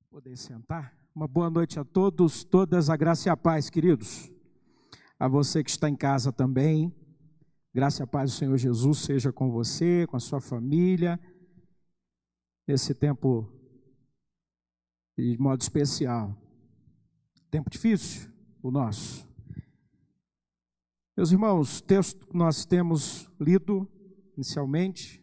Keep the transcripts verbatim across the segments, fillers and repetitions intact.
Poder sentar. Uma boa noite a todos, todas, a graça e a paz, queridos. A você que está em casa também, graça e a paz do Senhor Jesus seja com você, com a sua família, nesse tempo de modo especial. Tempo difícil, o nosso. Meus irmãos, o texto que nós temos lido inicialmente,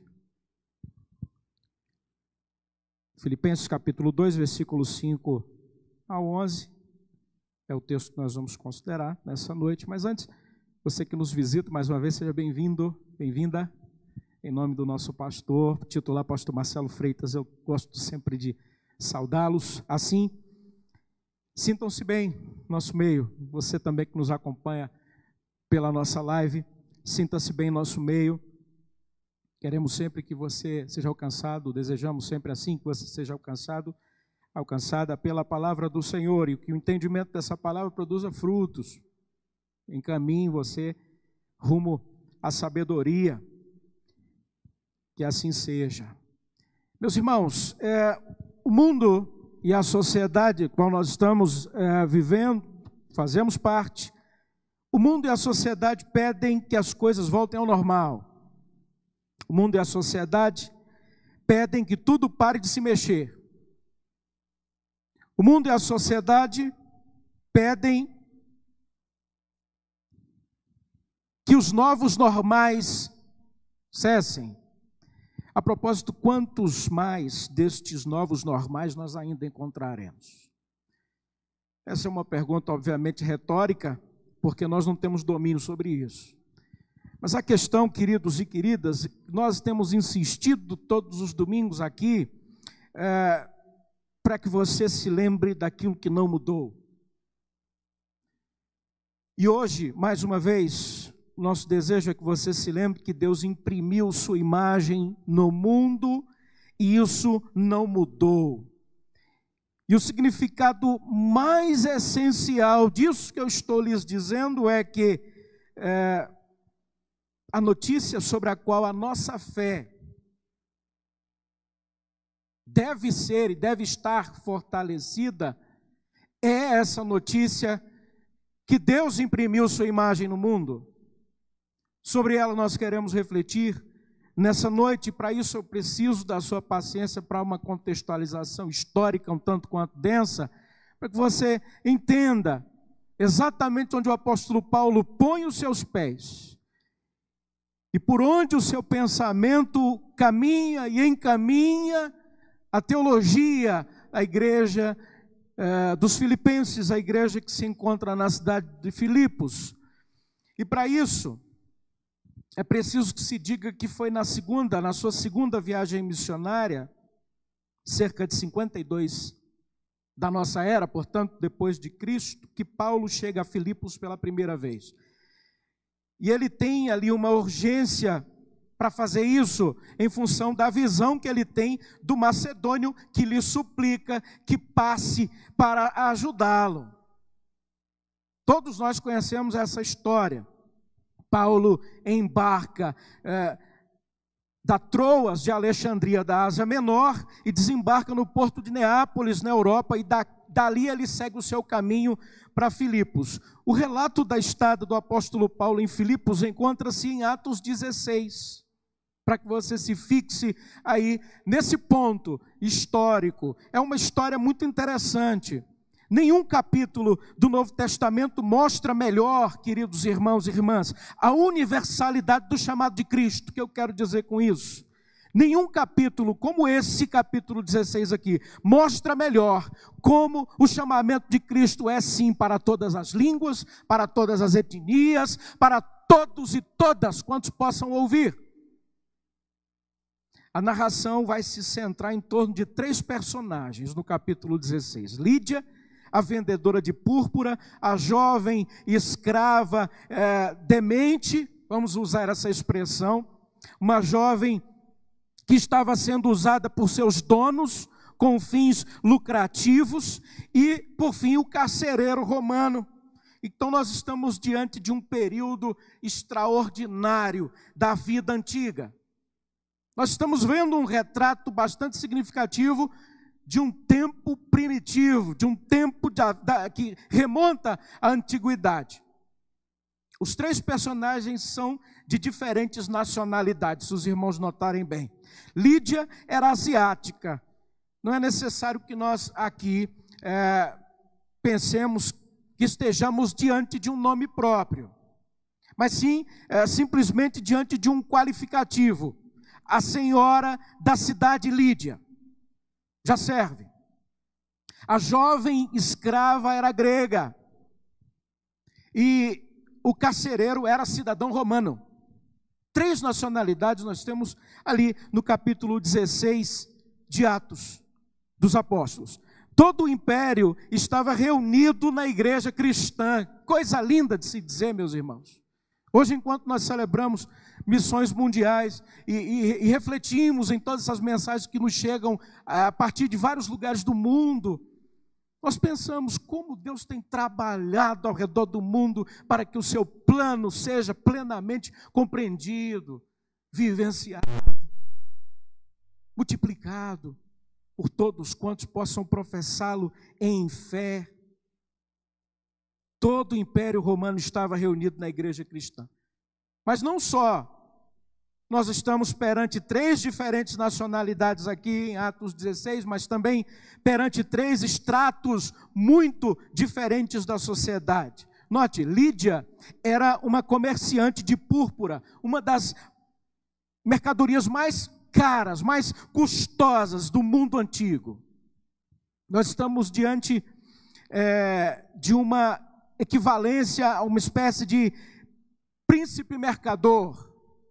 Filipenses capítulo dois, versículos cinco a onze, é o texto que nós vamos considerar nessa noite. Mas antes, você que nos visita, mais uma vez, seja bem-vindo, bem-vinda, em nome do nosso pastor, titular pastor Marcelo Freitas. Eu gosto sempre de saudá-los assim. Sintam-se bem no nosso meio, você também que nos acompanha pela nossa live, sinta-se bem em nosso meio. Queremos sempre que você seja alcançado, desejamos sempre assim, que você seja alcançado, alcançada pela palavra do Senhor, e que o entendimento dessa palavra produza frutos, encaminhe você rumo à sabedoria, que assim seja. Meus irmãos, é, o mundo e a sociedade qual nós estamos é, vivendo, fazemos parte, o mundo e a sociedade pedem que as coisas voltem ao normal. O mundo e a sociedade pedem que tudo pare de se mexer. O mundo e a sociedade pedem que os novos normais cessem. A propósito, quantos mais destes novos normais nós ainda encontraremos? Essa é uma pergunta, obviamente, retórica, porque nós não temos domínio sobre isso. Mas a questão, queridos e queridas, nós temos insistido todos os domingos aqui, é, para que você se lembre daquilo que não mudou. E hoje, mais uma vez, nosso desejo é que você se lembre que Deus imprimiu sua imagem no mundo e isso não mudou. E o significado mais essencial disso que eu estou lhes dizendo é que é, a notícia sobre a qual a nossa fé deve ser e deve estar fortalecida é essa notícia que Deus imprimiu sua imagem no mundo. Sobre ela nós queremos refletir nessa noite, e para isso eu preciso da sua paciência para uma contextualização histórica um tanto quanto densa, para que você entenda exatamente onde o apóstolo Paulo põe os seus pés e por onde o seu pensamento caminha e encaminha a teologia, a igreja eh, dos filipenses, a igreja que se encontra na cidade de Filipos. E para isso, é preciso que se diga que foi na segunda, na sua segunda viagem missionária, cerca de cinquenta e dois da nossa era, portanto, depois de Cristo, que Paulo chega a Filipos pela primeira vez. E ele tem ali uma urgência para fazer isso, em função da visão que ele tem do macedônio que lhe suplica que passe para ajudá-lo. Todos nós conhecemos essa história. Paulo embarca é, da Troas de Alexandria, da Ásia Menor, e desembarca no porto de Neápolis, na Europa, e da, dali ele segue o seu caminho para Filipos. O relato da estada do apóstolo Paulo em Filipos encontra-se em Atos dezesseis, para que você se fixe aí nesse ponto histórico. É uma história muito interessante. Nenhum capítulo do Novo Testamento mostra melhor, queridos irmãos e irmãs, a universalidade do chamado de Cristo. O que eu quero dizer com isso? Nenhum capítulo como esse capítulo dezesseis aqui mostra melhor como o chamamento de Cristo é sim para todas as línguas, para todas as etnias, para todos e todas quantos possam ouvir. A narração vai se centrar em torno de três personagens no capítulo dezesseis. Lídia, a vendedora de púrpura, a jovem escrava é, demente, vamos usar essa expressão, uma jovem que estava sendo usada por seus donos com fins lucrativos, e, por fim, o carcereiro romano. Então, nós estamos diante de um período extraordinário da vida antiga. Nós estamos vendo um retrato bastante significativo de um tempo primitivo, de um tempo da, da, que remonta à antiguidade. Os três personagens são de diferentes nacionalidades, se os irmãos notarem bem. Lídia era asiática. Não é necessário que nós aqui é, pensemos que estejamos diante de um nome próprio, mas sim é, simplesmente diante de um qualificativo. A senhora da cidade Lídia. Já serve. A jovem escrava era grega e o carcereiro era cidadão romano. Três nacionalidades nós temos ali no capítulo dezesseis de Atos dos Apóstolos. Todo o império estava reunido na igreja cristã. Coisa linda de se dizer, meus irmãos. Hoje, enquanto nós celebramos missões mundiais e, e, e refletimos em todas essas mensagens que nos chegam a partir de vários lugares do mundo, nós pensamos como Deus tem trabalhado ao redor do mundo para que o seu plano seja plenamente compreendido, vivenciado, multiplicado por todos quantos possam professá-lo em fé. Todo o Império Romano estava reunido na igreja cristã. Mas não só, nós estamos perante três diferentes nacionalidades aqui em Atos dezesseis, mas também perante três estratos muito diferentes da sociedade. Note, Lídia era uma comerciante de púrpura, uma das mercadorias mais caras, mais custosas do mundo antigo. Nós estamos diante é, de uma equivalência a uma espécie de príncipe mercador.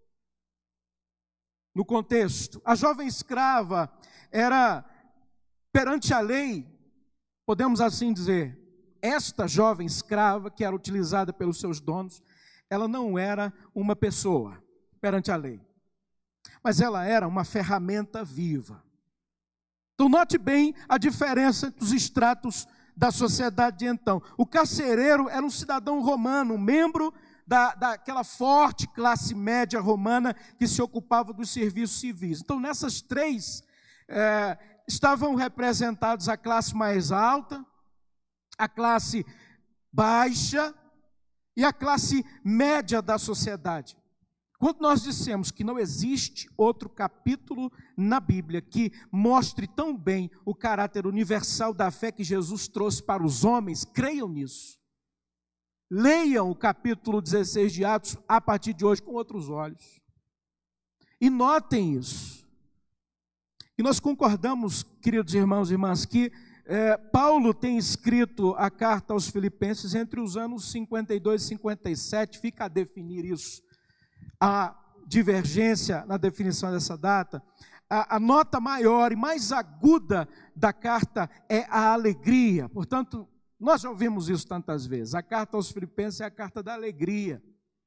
No contexto, a jovem escrava era, perante a lei, podemos assim dizer, esta jovem escrava que era utilizada pelos seus donos, ela não era uma pessoa perante a lei, mas ela era uma ferramenta viva. Então note bem a diferença entre os estratos da sociedade de então. O carcereiro era um cidadão romano, membro Da, daquela forte classe média romana que se ocupava dos serviços civis. Então, nessas três, é, estavam representados a classe mais alta, a classe baixa e a classe média da sociedade. Quando nós dissemos que não existe outro capítulo na Bíblia que mostre tão bem o caráter universal da fé que Jesus trouxe para os homens, creiam nisso. Leiam o capítulo dezesseis de Atos a partir de hoje com outros olhos. E notem isso. E nós concordamos, queridos irmãos e irmãs, que é, Paulo tem escrito a carta aos Filipenses entre os anos cinquenta e dois e cinquenta e sete, fica a definir isso, a divergência na definição dessa data. A, a nota maior e mais aguda da carta é a alegria. Portanto, nós já ouvimos isso tantas vezes. A carta aos Filipenses é a carta da alegria.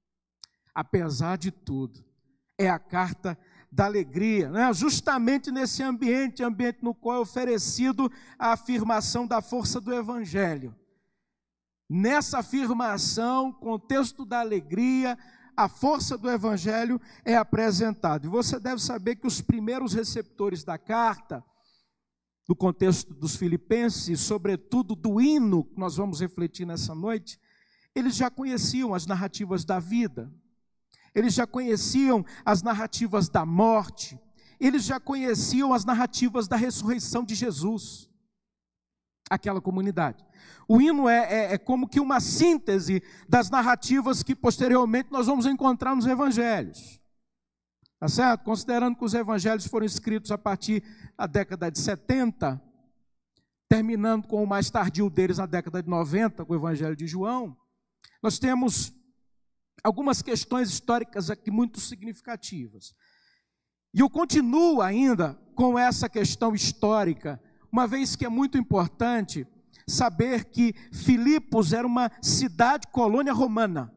Apesar de tudo, é a carta da alegria, né? Justamente nesse ambiente, ambiente no qual é oferecido a afirmação da força do Evangelho. Nessa afirmação, contexto da alegria, a força do Evangelho é apresentada. E você deve saber que os primeiros receptores da carta, do contexto dos filipenses, sobretudo do hino que nós vamos refletir nessa noite, eles já conheciam as narrativas da vida, eles já conheciam as narrativas da morte, eles já conheciam as narrativas da ressurreição de Jesus, aquela comunidade. O hino é, é, é como que uma síntese das narrativas que posteriormente nós vamos encontrar nos evangelhos. Tá certo? Considerando que os evangelhos foram escritos a partir da década de setenta, terminando com o mais tardio deles na década de noventa, com o evangelho de João, nós temos algumas questões históricas aqui muito significativas. E eu continuo ainda com essa questão histórica, uma vez que é muito importante saber que Filipos era uma cidade-colônia romana.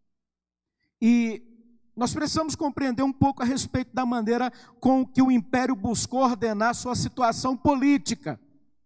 E nós precisamos compreender um pouco a respeito da maneira com que o império buscou ordenar sua situação política.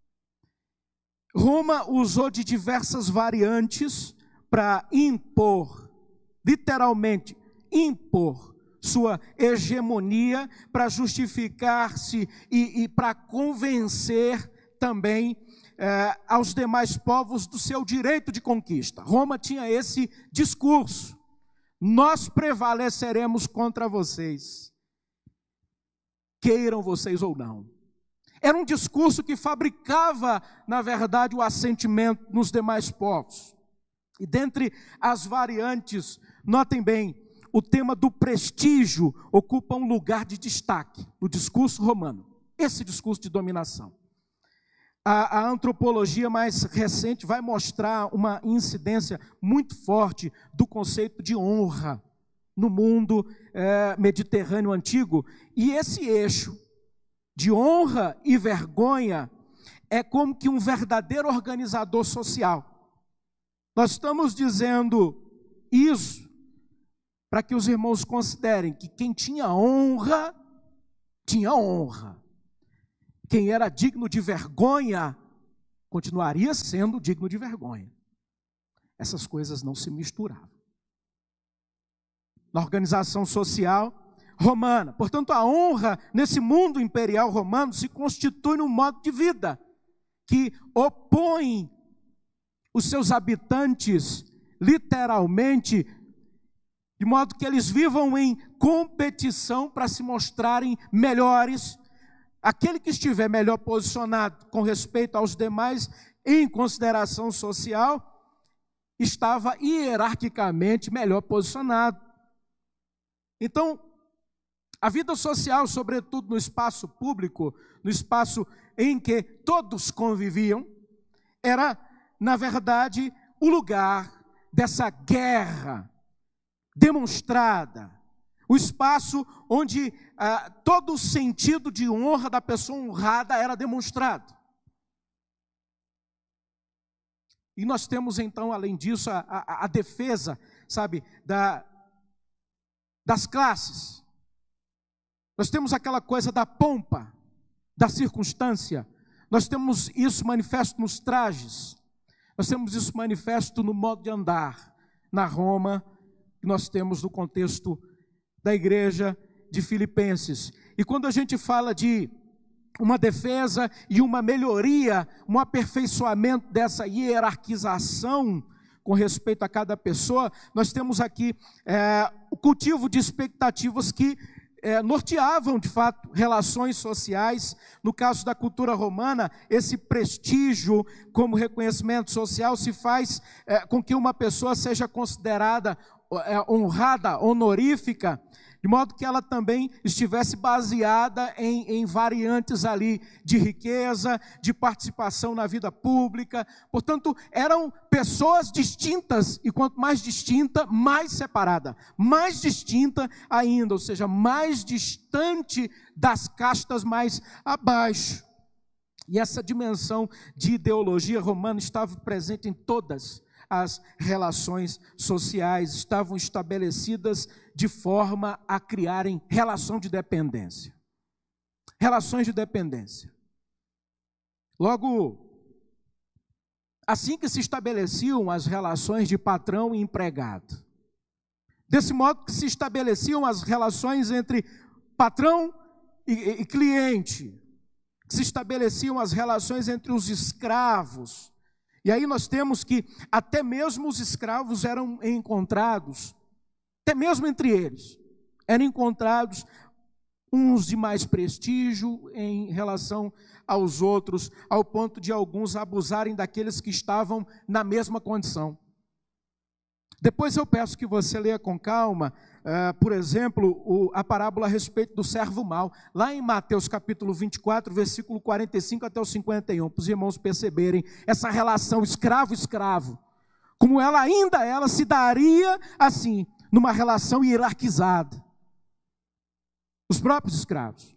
Roma usou de diversas variantes para impor, literalmente impor, sua hegemonia, para justificar-se e, e para convencer também é, aos demais povos do seu direito de conquista. Roma tinha esse discurso: nós prevaleceremos contra vocês, queiram vocês ou não. Era um discurso que fabricava, na verdade, o assentimento nos demais povos. E dentre as variantes, notem bem, o tema do prestígio ocupa um lugar de destaque no discurso romano, esse discurso de dominação. A, a antropologia mais recente vai mostrar uma incidência muito forte do conceito de honra no mundo é, mediterrâneo antigo, e esse eixo de honra e vergonha é como que um verdadeiro organizador social. Nós estamos dizendo isso para que os irmãos considerem que quem tinha honra, tinha honra. Quem era digno de vergonha, continuaria sendo digno de vergonha. Essas coisas não se misturavam. Na organização social romana, portanto, a honra nesse mundo imperial romano se constitui num modo de vida que opõe os seus habitantes, literalmente, de modo que eles vivam em competição para se mostrarem melhores. Aquele que estiver melhor posicionado com respeito aos demais, em consideração social, estava hierarquicamente melhor posicionado. Então, a vida social, sobretudo no espaço público, no espaço em que todos conviviam, era, na verdade, o lugar dessa guerra demonstrada, o espaço onde ah, todo o sentido de honra da pessoa honrada era demonstrado. E nós temos então, além disso, a, a, a defesa, sabe, da, das classes. Nós temos aquela coisa da pompa, da circunstância. Nós temos isso manifesto nos trajes. Nós temos isso manifesto no modo de andar na Roma, que nós temos no contexto da igreja de Filipenses. E quando a gente fala de uma defesa e uma melhoria, um aperfeiçoamento dessa hierarquização com respeito a cada pessoa, nós temos aqui é, o cultivo de expectativas que é, norteavam, de fato, relações sociais. No caso da cultura romana, esse prestígio como reconhecimento social se faz é, com que uma pessoa seja considerada é, honrada, honorífica, de modo que ela também estivesse baseada em, em variantes ali de riqueza, de participação na vida pública. Portanto, eram pessoas distintas, e quanto mais distinta, mais separada, mais distinta ainda, ou seja, mais distante das castas mais abaixo. E essa dimensão de ideologia romana estava presente em todas as relações sociais, estavam estabelecidas de forma a criarem relação de dependência. Relações de dependência. Logo, assim que se estabeleciam as relações de patrão e empregado, desse modo que se estabeleciam as relações entre patrão e, e cliente, que se estabeleciam as relações entre os escravos. E aí nós temos que até mesmo os escravos eram encontrados, até mesmo entre eles, eram encontrados uns de mais prestígio em relação aos outros, ao ponto de alguns abusarem daqueles que estavam na mesma condição. Depois eu peço que você leia com calma, uh, por exemplo, o, a parábola a respeito do servo mau, lá em Mateus capítulo vinte e quatro, versículo quarenta e cinco até o cinquenta e um, para os irmãos perceberem essa relação escravo-escravo, como ela ainda ela se daria assim, numa relação hierarquizada. Os próprios escravos.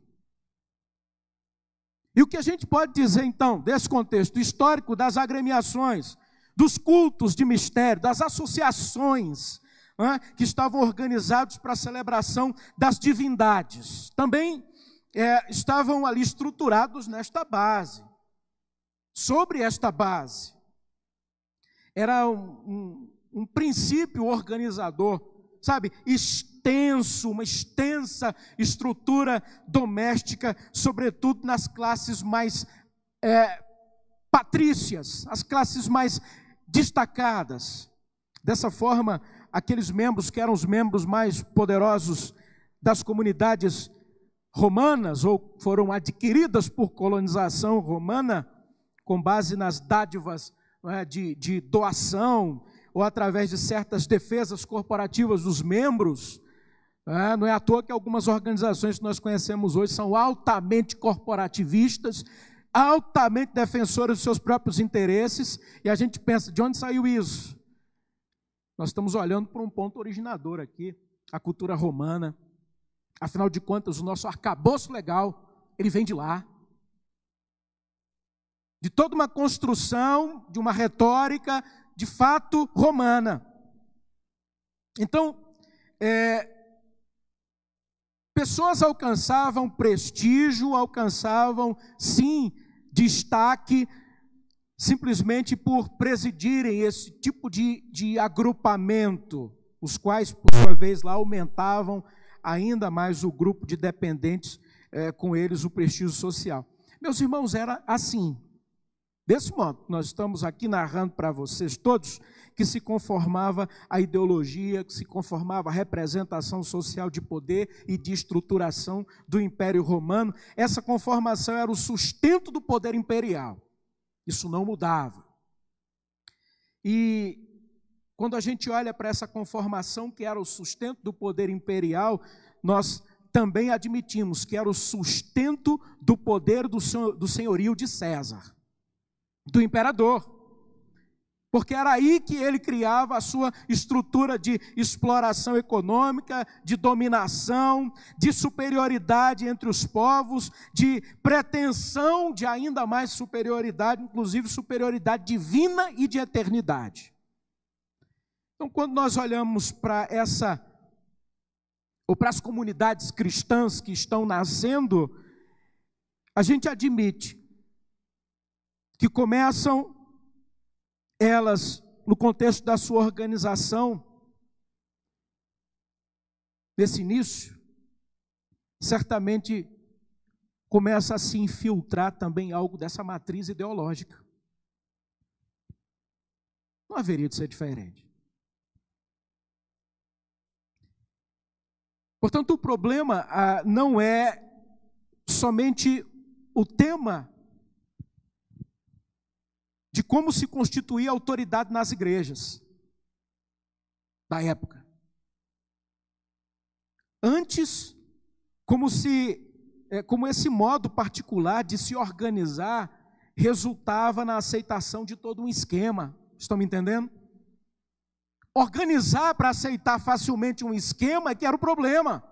E o que a gente pode dizer então, desse contexto histórico das agremiações, dos cultos de mistério, das associações, né, que estavam organizados para a celebração das divindades, também é, estavam ali estruturados nesta base. Sobre esta base, era um, um, um princípio organizador, sabe, extenso, uma extensa estrutura doméstica, sobretudo nas classes mais é, patrícias, as classes mais destacadas. Dessa forma, aqueles membros que eram os membros mais poderosos das comunidades romanas, ou foram adquiridas por colonização romana, com base nas dádivas é, de, de doação, ou através de certas defesas corporativas dos membros. É, não é à toa que algumas organizações que nós conhecemos hoje são altamente corporativistas, altamente defensoras dos seus próprios interesses, e a gente pensa, de onde saiu isso? Nós estamos olhando para um ponto originador aqui, a cultura romana. Afinal de contas, o nosso arcabouço legal, ele vem de lá. De toda uma construção, de uma retórica, de fato, romana. Então, é, pessoas alcançavam prestígio, alcançavam, sim, destaque, simplesmente por presidirem esse tipo de, de agrupamento, os quais, por sua vez, lá aumentavam ainda mais o grupo de dependentes, é, com eles o prestígio social. Meus irmãos, era assim. Desse modo, nós estamos aqui narrando para vocês todos que se conformava a ideologia, que se conformava a representação social de poder e de estruturação do Império Romano. Essa conformação era o sustento do poder imperial. Isso não mudava. E quando a gente olha para essa conformação que era o sustento do poder imperial, nós também admitimos que era o sustento do poder do senhorio de César, do imperador. Porque era aí que ele criava a sua estrutura de exploração econômica, de dominação, de superioridade entre os povos, de pretensão de ainda mais superioridade, inclusive superioridade divina e de eternidade. Então, quando nós olhamos para essa, ou para as comunidades cristãs que estão nascendo, a gente admite que começam elas, no contexto da sua organização, nesse início, certamente começa a se infiltrar também algo dessa matriz ideológica. Não haveria de ser diferente. Portanto, o problema ah, não é somente o tema de como se constituía a autoridade nas igrejas da época. Antes, como se, como esse modo particular de se organizar resultava na aceitação de todo um esquema. Estão me entendendo? Organizar para aceitar facilmente um esquema é que era o problema.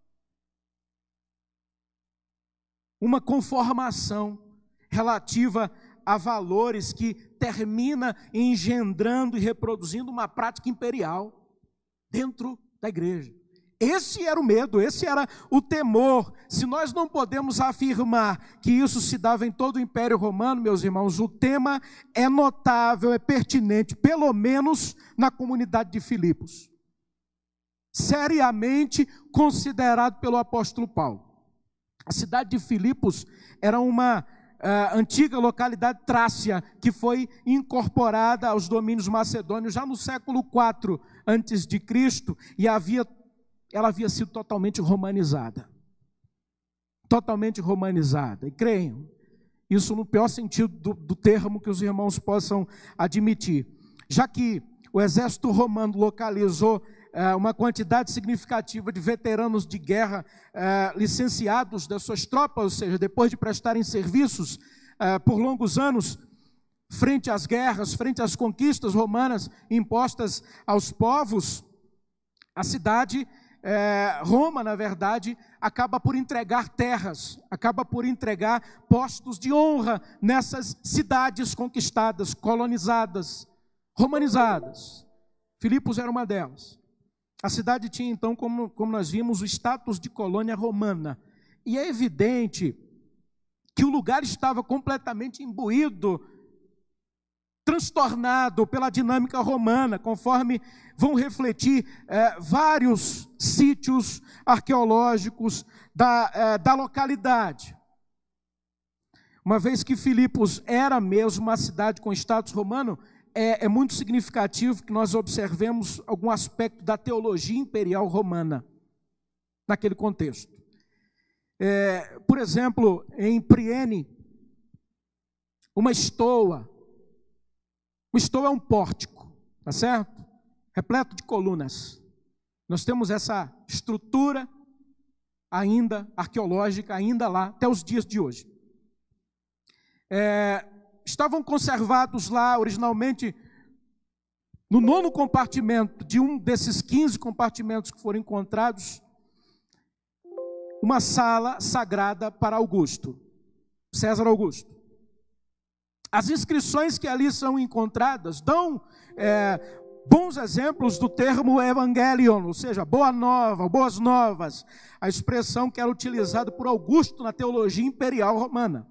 Uma conformação relativa a valores que termina engendrando e reproduzindo uma prática imperial dentro da igreja. Esse era o medo, esse era o temor. Se nós não podemos afirmar que isso se dava em todo o Império Romano, meus irmãos, o tema é notável, é pertinente, pelo menos na comunidade de Filipos. Seriamente considerado pelo apóstolo Paulo. A cidade de Filipos era uma Uh, antiga localidade trácia, que foi incorporada aos domínios macedônios já no século quatro antes de Cristo, e havia, ela havia sido totalmente romanizada. Totalmente romanizada. E creiam, isso no pior sentido do, do termo que os irmãos possam admitir. Já que o exército romano localizou uh, uma quantidade significativa de veteranos de guerra uh, licenciados das suas tropas, ou seja, depois de prestarem serviços uh, por longos anos, frente às guerras, frente às conquistas romanas impostas aos povos, a cidade, uh, Roma, na verdade, acaba por entregar terras, acaba por entregar postos de honra nessas cidades conquistadas, colonizadas, romanizadas. Filipos era uma delas. A cidade tinha, então, como, como nós vimos, o status de colônia romana. E é evidente que o lugar estava completamente imbuído, transtornado pela dinâmica romana, conforme vão refletir eh, vários sítios arqueológicos da, eh, da localidade. Uma vez que Filipos era mesmo uma cidade com status romano, é, é muito significativo que nós observemos algum aspecto da teologia imperial romana naquele contexto. É, por exemplo, em Priene, uma estoa, uma estoa é um pórtico, tá certo? Repleto de colunas. Nós temos essa estrutura ainda arqueológica, ainda lá, até os dias de hoje. É, estavam conservados lá, originalmente, no nono compartimento de um desses quinze compartimentos que foram encontrados, uma sala sagrada para Augusto, César Augusto. As inscrições que ali são encontradas dão é, bons exemplos do termo evangelion, ou seja, boa nova, boas novas, a expressão que era utilizada por Augusto na teologia imperial romana.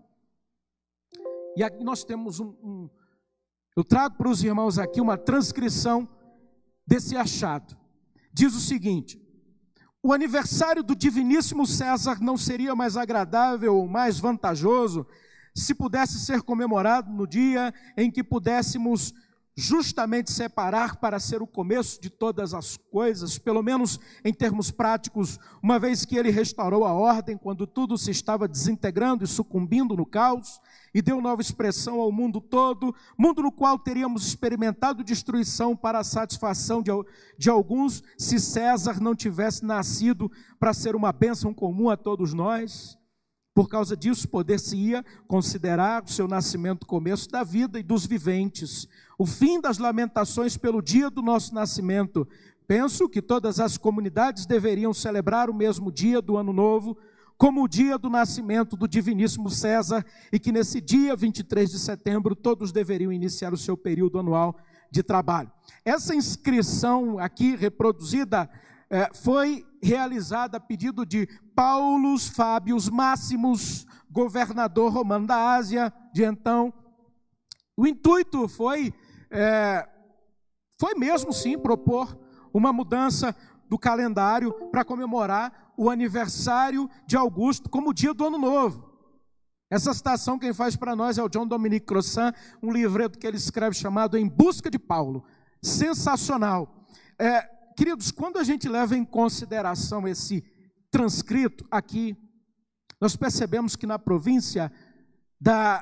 E aqui nós temos um, um eu trago para os irmãos aqui uma transcrição desse achado. Diz o seguinte: o aniversário do diviníssimo César não seria mais agradável ou mais vantajoso se pudesse ser comemorado no dia em que pudéssemos justamente separar para ser o começo de todas as coisas, pelo menos em termos práticos, uma vez que ele restaurou a ordem quando tudo se estava desintegrando e sucumbindo no caos, e deu nova expressão ao mundo todo, mundo no qual teríamos experimentado destruição para a satisfação de, de alguns, se César não tivesse nascido para ser uma bênção comum a todos nós. Por causa disso, poder-se-ia considerar o seu nascimento o começo da vida e dos viventes, o fim das lamentações pelo dia do nosso nascimento. Penso que todas as comunidades deveriam celebrar o mesmo dia do ano novo, como o dia do nascimento do diviníssimo César, e que nesse dia vinte e três de setembro todos deveriam iniciar o seu período anual de trabalho. Essa inscrição aqui reproduzida é, foi realizada a pedido de Paulus Fábius Máximos, governador romano da Ásia de então. O intuito foi, é, foi mesmo sim propor uma mudança do calendário para comemorar o aniversário de Augusto como dia do ano novo. Essa citação quem faz para nós é o John Dominique Crossan, um livreto que ele escreve chamado Em Busca de Paulo. Sensacional. É, queridos, quando a gente leva em consideração esse transcrito aqui, nós percebemos que na província da,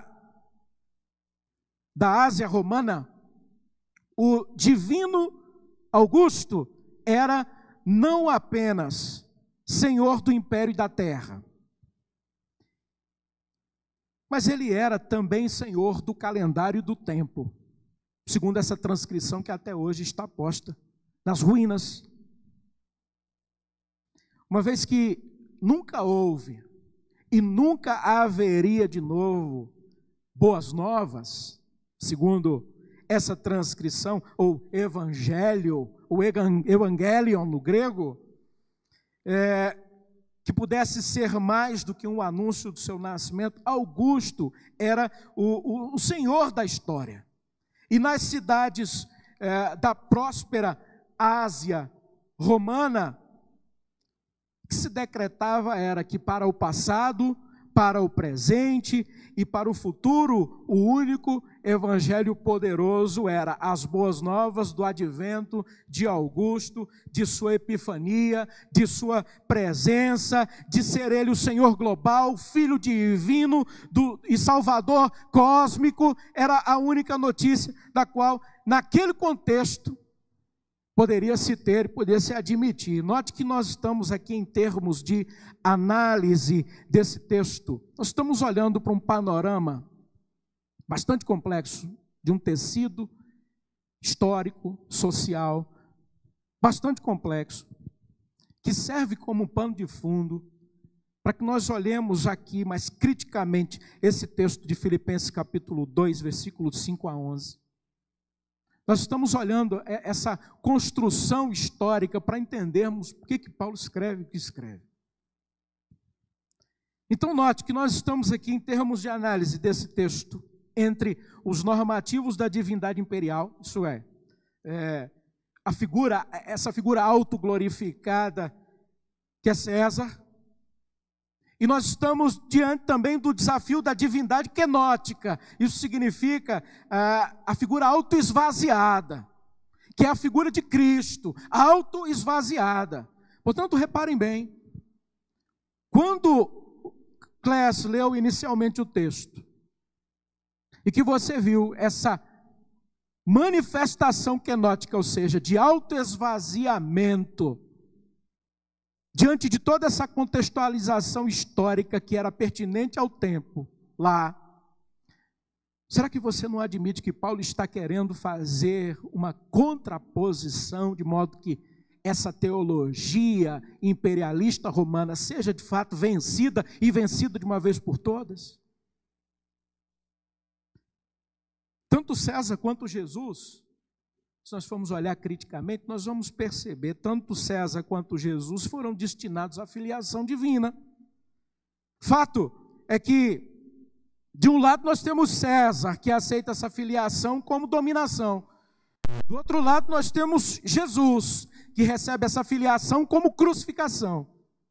da Ásia Romana, o divino Augusto era não apenas senhor do império e da terra, mas ele era também senhor do calendário e do tempo, segundo essa transcrição que até hoje está posta nas ruínas. Uma vez que nunca houve e nunca haveria de novo boas novas, segundo essa transcrição, ou evangelho, ou evangelion no grego, é, que pudesse ser mais do que um anúncio do seu nascimento, Augusto era o, o, o senhor da história. E nas cidades é, da próspera Ásia romana, o que se decretava era que para o passado, para o presente e para o futuro, o único evangelho poderoso era as boas novas do advento de Augusto, de sua epifania, de sua presença, de ser ele o Senhor global, Filho divino do, e Salvador cósmico. Era a única notícia da qual, naquele contexto, poderia se ter, poderia se admitir. Note que nós estamos aqui em termos de análise desse texto. Nós estamos olhando para um panorama bastante complexo, de um tecido histórico, social, bastante complexo, que serve como um pano de fundo para que nós olhemos aqui mais criticamente esse texto de Filipenses capítulo dois, versículos cinco a onze. Nós estamos olhando essa construção histórica para entendermos por que que Paulo escreve o que escreve. Então note que nós estamos aqui em termos de análise desse texto entre os normativos da divindade imperial, isso é, é a figura, essa figura autoglorificada que é César, E nós estamos diante também do desafio da divindade kenótica. Isso significa ah, a figura autoesvaziada, que é a figura de Cristo, autoesvaziada. Portanto, reparem bem, quando Cléas leu inicialmente o texto, e que você viu essa manifestação kenótica, ou seja, de autoesvaziamento, diante de toda essa contextualização histórica que era pertinente ao tempo lá, será que você não admite que Paulo está querendo fazer uma contraposição, de modo que essa teologia imperialista romana seja de fato vencida e vencida de uma vez por todas? Tanto César quanto Jesus, se nós formos olhar criticamente, nós vamos perceber, tanto César quanto Jesus foram destinados à filiação divina. Fato é que, de um lado nós temos César, que aceita essa filiação como dominação. Do outro lado nós temos Jesus, que recebe essa filiação como crucificação.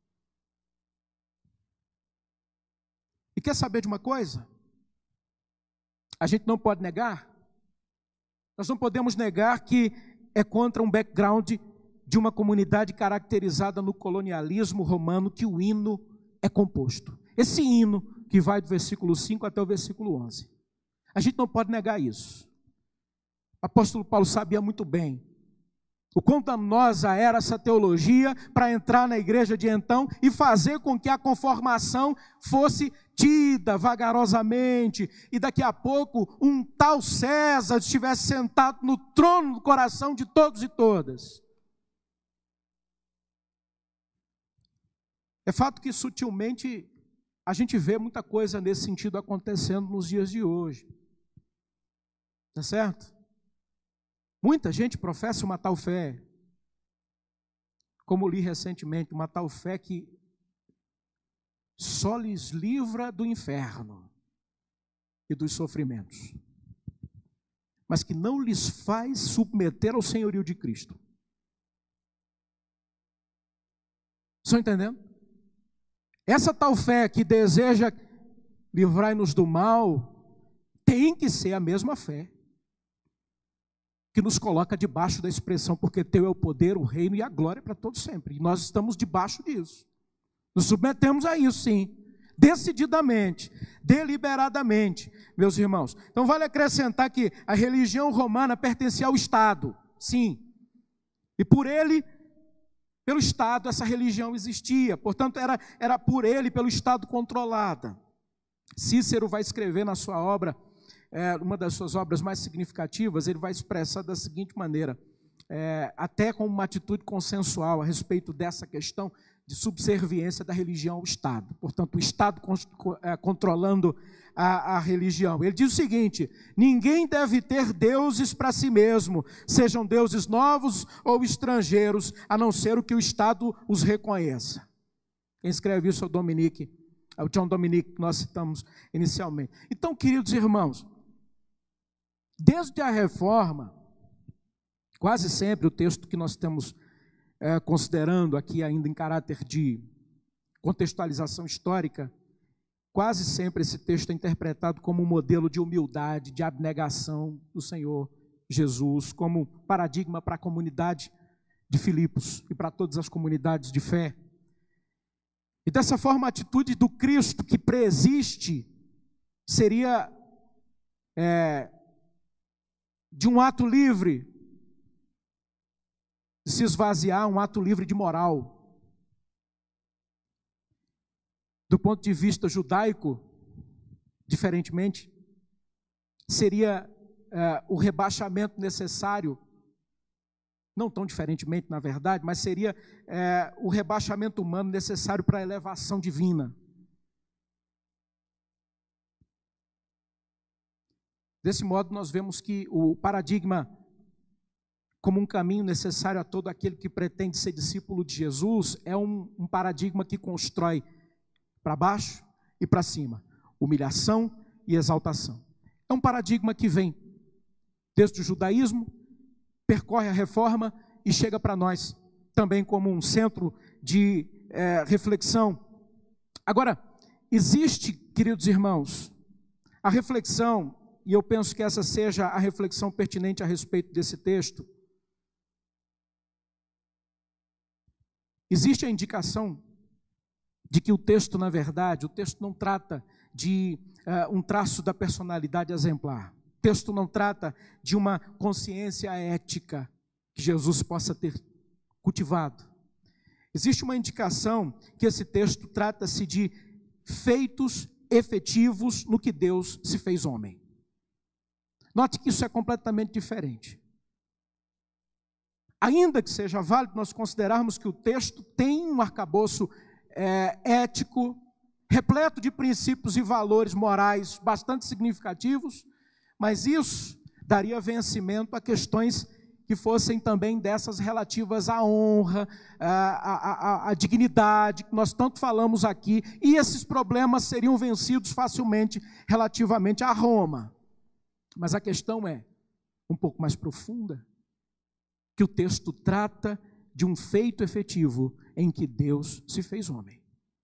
E quer saber de uma coisa? A gente não pode negar. Nós não podemos negar que é contra um background de uma comunidade caracterizada no colonialismo romano que o hino é composto. Esse hino que vai do versículo cinco até o versículo onze. A gente não pode negar isso. O apóstolo Paulo sabia muito bem o quão danosa era essa teologia para entrar na igreja de então e fazer com que a conformação fosse tida vagarosamente, e daqui a pouco um tal César estivesse sentado no trono do coração de todos e todas. É fato que sutilmente a gente vê muita coisa nesse sentido acontecendo nos dias de hoje. Tá certo? Muita gente professa uma tal fé, como li recentemente, uma tal fé que só lhes livra do inferno e dos sofrimentos, mas que não lhes faz submeter ao senhorio de Cristo. Estão entendendo? Essa tal fé que deseja livrar-nos do mal tem que ser a mesma fé que nos coloca debaixo da expressão, porque teu é o poder, o reino e a glória para todos sempre. E nós estamos debaixo disso. Nos submetemos a isso, sim, decididamente, deliberadamente, meus irmãos. Então vale acrescentar que a religião romana pertencia ao Estado, sim. E por ele, pelo Estado, essa religião existia. Portanto, era, era por ele, pelo Estado, controlada. Cícero vai escrever na sua obra, é, uma das suas obras mais significativas, ele vai expressar da seguinte maneira, é, até com uma atitude consensual a respeito dessa questão de subserviência da religião ao Estado. Portanto, o Estado controlando a, a religião. Ele diz o seguinte: ninguém deve ter deuses para si mesmo, sejam deuses novos ou estrangeiros, a não ser o que o Estado os reconheça. Quem escreve isso é o Dominique, é o John Dominique, que nós citamos inicialmente. Então, queridos irmãos, desde a Reforma, quase sempre o texto que nós temos É, considerando aqui ainda em caráter de contextualização histórica, quase sempre esse texto é interpretado como um modelo de humildade, de abnegação do Senhor Jesus, como paradigma para a comunidade de Filipos e para todas as comunidades de fé. E dessa forma a atitude do Cristo que preexiste seria é, de um ato livre, de se esvaziar, um ato livre de moral. Do ponto de vista judaico, diferentemente, seria é, o rebaixamento necessário, não tão diferentemente na verdade, mas seria é, o rebaixamento humano necessário para a elevação divina. Desse modo, nós vemos que o paradigma como um caminho necessário a todo aquele que pretende ser discípulo de Jesus, é um, um paradigma que constrói para baixo e para cima, humilhação e exaltação. É um paradigma que vem desde o judaísmo, percorre a reforma e chega para nós também como um centro de é, reflexão Agora, existe, queridos irmãos, a reflexão, e eu penso que essa seja a reflexão pertinente a respeito desse texto. Existe a indicação de que o texto, na verdade, o texto não trata de uh, um traço da personalidade exemplar. O texto não trata de uma consciência ética que Jesus possa ter cultivado. Existe uma indicação que esse texto trata-se de feitos efetivos no que Deus se fez homem. Note que isso é completamente diferente. Ainda que seja válido nós considerarmos que o texto tem um arcabouço é, ético, repleto de princípios e valores morais bastante significativos, mas isso daria vencimento a questões que fossem também dessas relativas à honra, à, à, à, à dignidade, que nós tanto falamos aqui, e esses problemas seriam vencidos facilmente relativamente a Roma. Mas a questão é um pouco mais profunda, que o texto trata de um feito efetivo em que Deus se fez homem.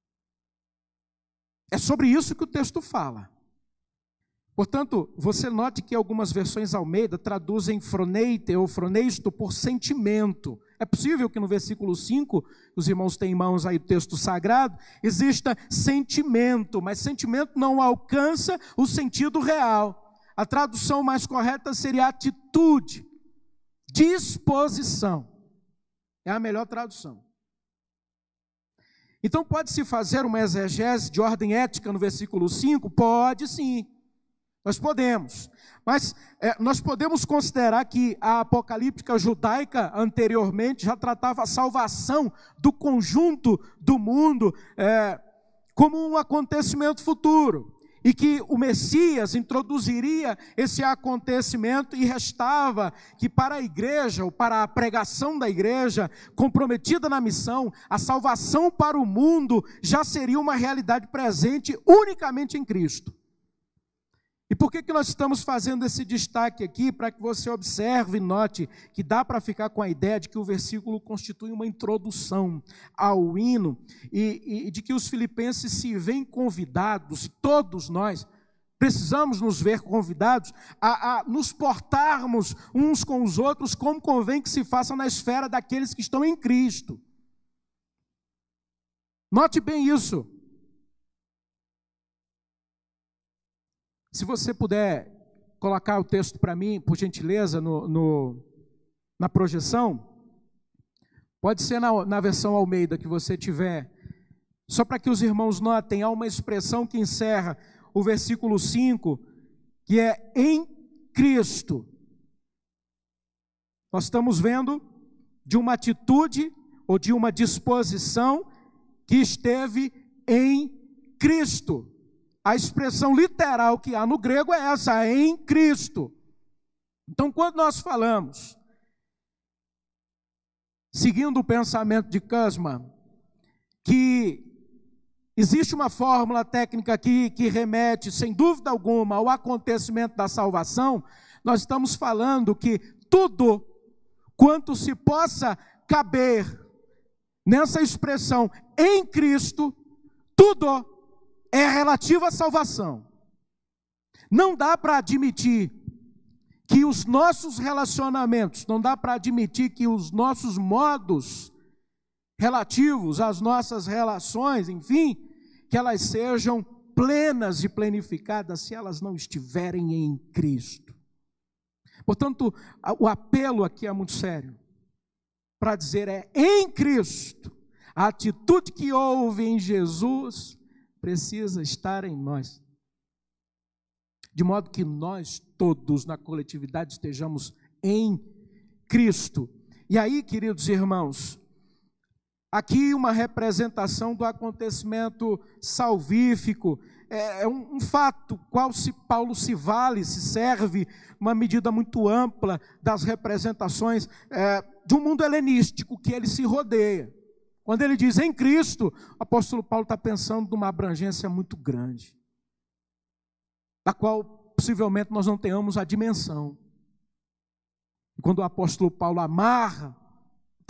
É sobre isso que o texto fala. Portanto, você note que algumas versões Almeida traduzem froneite ou froneisto por sentimento. É possível que no versículo cinco, os irmãos têm em mãos aí o texto sagrado, exista sentimento, mas sentimento não alcança o sentido real. A tradução mais correta seria atitude, disposição. É a melhor tradução. Então pode-se fazer uma exegese de ordem ética no versículo cinco? Pode sim. Nós podemos, mas é, nós podemos considerar que a apocalíptica judaica anteriormente já tratava a salvação do conjunto do mundo é, como um acontecimento futuro, e que o Messias introduziria esse acontecimento, e restava que para a igreja, ou para a pregação da igreja, comprometida na missão, a salvação para o mundo já seria uma realidade presente unicamente em Cristo. E por que que nós estamos fazendo esse destaque aqui? Para que você observe e note que dá para ficar com a ideia de que o versículo constitui uma introdução ao hino, e, e de que os filipenses se veem convidados, todos nós precisamos nos ver convidados a, a nos portarmos uns com os outros como convém que se faça na esfera daqueles que estão em Cristo. Note bem isso. Se você puder colocar o texto para mim, por gentileza, no, no, na projeção, pode ser na, na versão Almeida que você tiver, só para que os irmãos notem, há uma expressão que encerra o versículo cinco, que é em Cristo. Nós estamos vendo de uma atitude ou de uma disposição que esteve em Cristo. A expressão literal que há no grego é essa, é em Cristo. Então, quando nós falamos, seguindo o pensamento de Kussmann, que existe uma fórmula técnica aqui que remete, sem dúvida alguma, ao acontecimento da salvação, nós estamos falando que tudo quanto se possa caber nessa expressão em Cristo, tudo é relativo à salvação. Não dá para admitir que os nossos relacionamentos, não dá para admitir que os nossos modos relativos às nossas relações, enfim, que elas sejam plenas e planificadas se elas não estiverem em Cristo. Portanto, o apelo aqui é muito sério, para dizer é em Cristo. A atitude que houve em Jesus precisa estar em nós, de modo que nós todos na coletividade estejamos em Cristo. E aí, queridos irmãos, aqui uma representação do acontecimento salvífico, é um, um fato qual se Paulo se vale, se serve, uma medida muito ampla das representações é, de um mundo helenístico que ele se rodeia. Quando ele diz em Cristo, o apóstolo Paulo está pensando numa abrangência muito grande, da qual possivelmente nós não tenhamos a dimensão. E quando o apóstolo Paulo amarra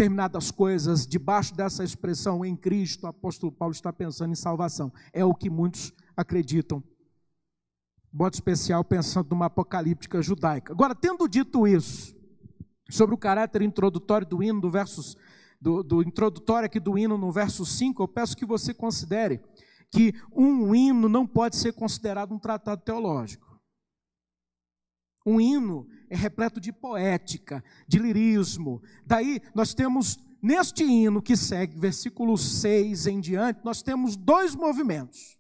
determinadas coisas debaixo dessa expressão em Cristo, o apóstolo Paulo está pensando em salvação. É o que muitos acreditam. Modo especial pensando numa apocalíptica judaica. Agora, tendo dito isso, sobre o caráter introdutório do hino, do, versos, do, do introdutório aqui do hino no verso cinco, eu peço que você considere que um hino não pode ser considerado um tratado teológico. Um hino é repleto de poética, de lirismo. Daí nós temos, neste hino que segue, versículo seis em diante, nós temos dois movimentos.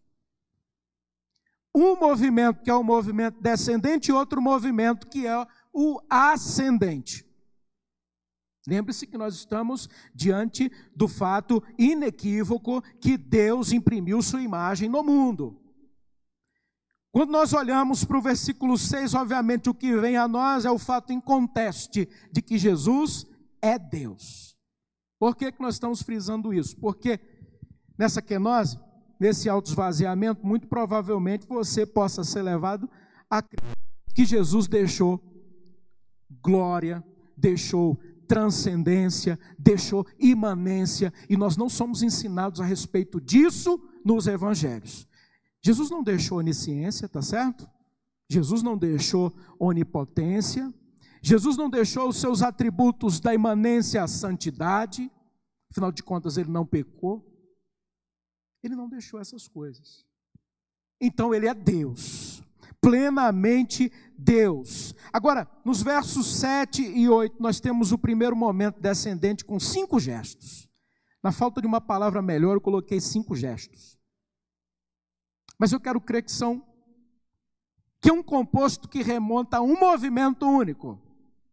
Um movimento que é o movimento descendente e outro movimento que é o ascendente. Lembre-se que nós estamos diante do fato inequívoco que Deus imprimiu sua imagem no mundo. Quando nós olhamos para o versículo seis, obviamente o que vem a nós é o fato inconteste de que Jesus é Deus. Por que que nós estamos frisando isso? Porque nessa quenose, nesse autoesvaziamento, muito provavelmente você possa ser levado a crer que Jesus deixou glória, deixou transcendência, deixou imanência, e nós não somos ensinados a respeito disso nos evangelhos. Jesus não deixou onisciência, tá certo? Jesus não deixou onipotência, Jesus não deixou os seus atributos da imanência à santidade, afinal de contas ele não pecou. Ele não deixou essas coisas. Então ele é Deus, plenamente Deus. Agora, nos versos sete e oito, nós temos o primeiro momento descendente com cinco gestos. Na falta de uma palavra melhor, eu coloquei cinco gestos. Mas eu quero crer que são, que é um composto que remonta a um movimento único.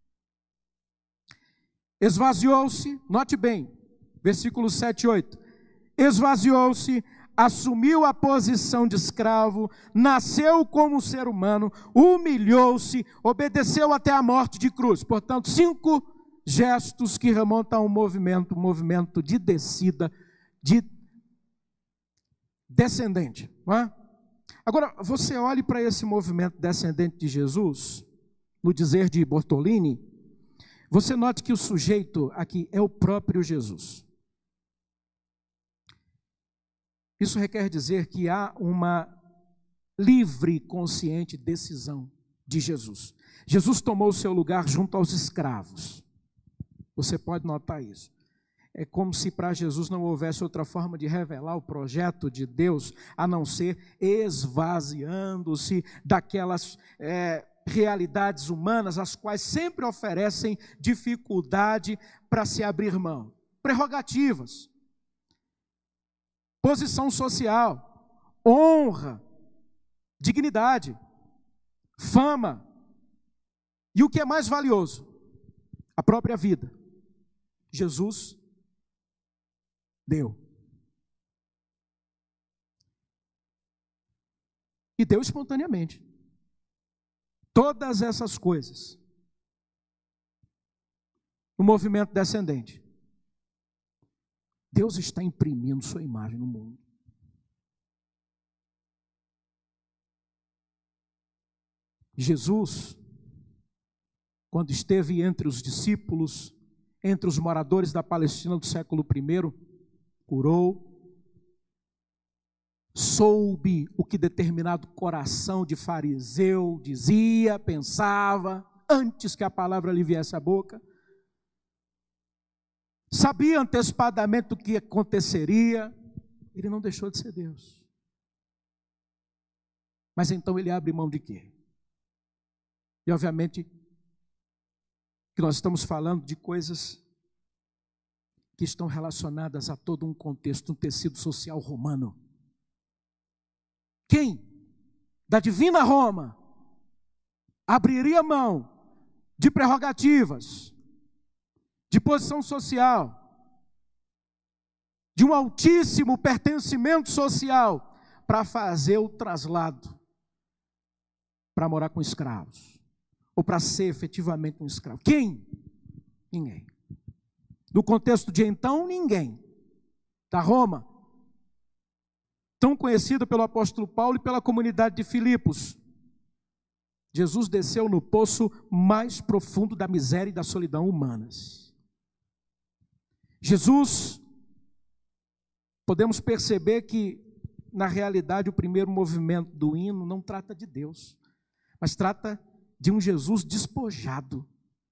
Esvaziou-se, note bem, versículos sete e oito. Esvaziou-se, assumiu a posição de escravo, nasceu como ser humano, humilhou-se, obedeceu até a morte de cruz. Portanto, cinco gestos que remontam a um movimento, um movimento de descida, de descendente. Não é? Agora, você olhe para esse movimento descendente de Jesus, no dizer de Bortolini, você note que o sujeito aqui é o próprio Jesus. Isso requer dizer que há uma livre e consciente decisão de Jesus. Jesus tomou o seu lugar junto aos escravos. Você pode notar isso. É como se para Jesus não houvesse outra forma de revelar o projeto de Deus, a não ser esvaziando-se daquelas é, realidades humanas, as quais sempre oferecem dificuldade para se abrir mão. Prerrogativas, posição social, honra, dignidade, fama, e o que é mais valioso? A própria vida. Jesus deu. E deu espontaneamente. Todas essas coisas. No movimento descendente. Deus está imprimindo sua imagem no mundo. Jesus, quando esteve entre os discípulos, entre os moradores da Palestina do século primeiro, curou, soube o que determinado coração de fariseu dizia, pensava, antes que a palavra lhe viesse à boca, sabia antecipadamente o que aconteceria, ele não deixou de ser Deus. Mas então ele abre mão de quê? E obviamente que nós estamos falando de coisas que estão relacionadas a todo um contexto, um tecido social romano. Quem da divina Roma abriria mão de prerrogativas, de posição social, de um altíssimo pertencimento social, para fazer o traslado, para morar com escravos, ou para ser efetivamente um escravo? Quem? Ninguém. No contexto de então, ninguém. Da Roma, tão conhecida pelo apóstolo Paulo e pela comunidade de Filipos, Jesus desceu no poço mais profundo da miséria e da solidão humanas. Jesus, podemos perceber que, na realidade, o primeiro movimento do hino não trata de Deus, mas trata de um Jesus despojado.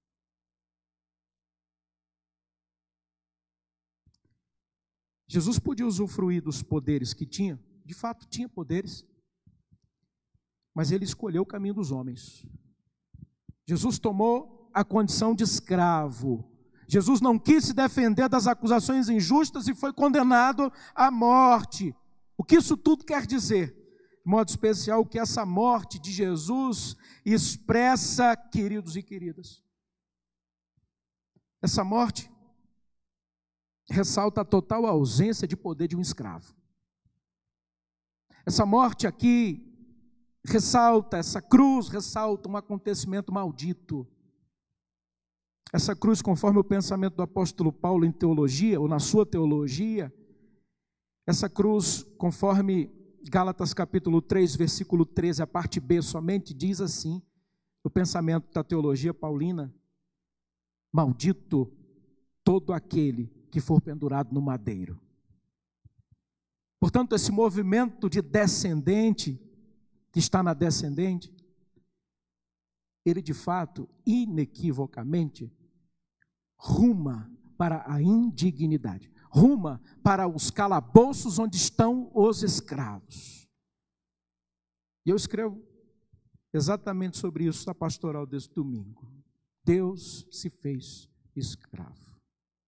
Jesus podia usufruir dos poderes que tinha, de fato tinha poderes, mas ele escolheu o caminho dos homens. Jesus tomou a condição de escravo. Jesus não quis se defender das acusações injustas e foi condenado à morte. O que isso tudo quer dizer? De modo especial, o que essa morte de Jesus expressa, queridos e queridas. Essa morte ressalta a total ausência de poder de um escravo. Essa morte aqui ressalta, essa cruz ressalta um acontecimento maldito. Essa cruz, conforme o pensamento do apóstolo Paulo em teologia, ou na sua teologia, essa cruz, conforme Gálatas capítulo três, versículo treze, a parte B somente, diz assim, o pensamento da teologia paulina: maldito todo aquele que for pendurado no madeiro. Portanto, esse movimento de descendente, que está na descendente, ele de fato, inequivocamente, ruma para a indignidade, ruma para os calabouços onde estão os escravos. E eu escrevo exatamente sobre isso na pastoral desse domingo. Deus se fez escravo.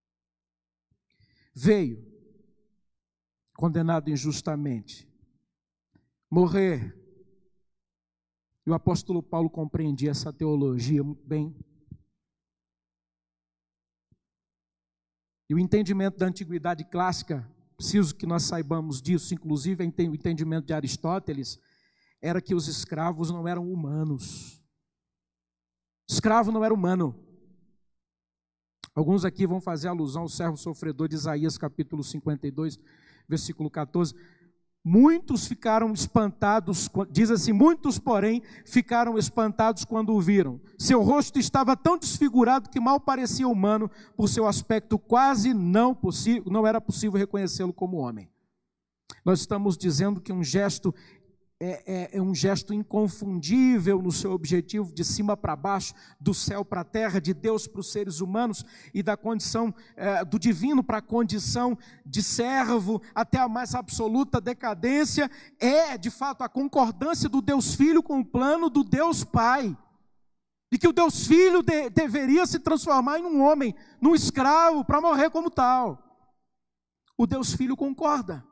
Veio, condenado injustamente, morrer. E o apóstolo Paulo compreendia essa teologia muito bem. E o entendimento da antiguidade clássica, preciso que nós saibamos disso, inclusive o entendimento de Aristóteles, era que os escravos não eram humanos. Escravo não era humano. Alguns aqui vão fazer alusão ao servo sofredor de Isaías capítulo cinquenta e dois, versículo quatorze. Muitos ficaram espantados, diz assim, muitos, porém, ficaram espantados quando o viram. Seu rosto estava tão desfigurado que mal parecia humano, por seu aspecto quase não possível, não era possível reconhecê-lo como homem. Nós estamos dizendo que um gesto é, é, é um gesto inconfundível no seu objetivo, de cima para baixo, do céu para a terra, de Deus para os seres humanos, e da condição é, do divino para a condição de servo, até a mais absoluta decadência, é de fato a concordância do Deus Filho com o plano do Deus Pai, de que o Deus Filho de, deveria se transformar em um homem, num escravo, para morrer como tal. O Deus Filho concorda,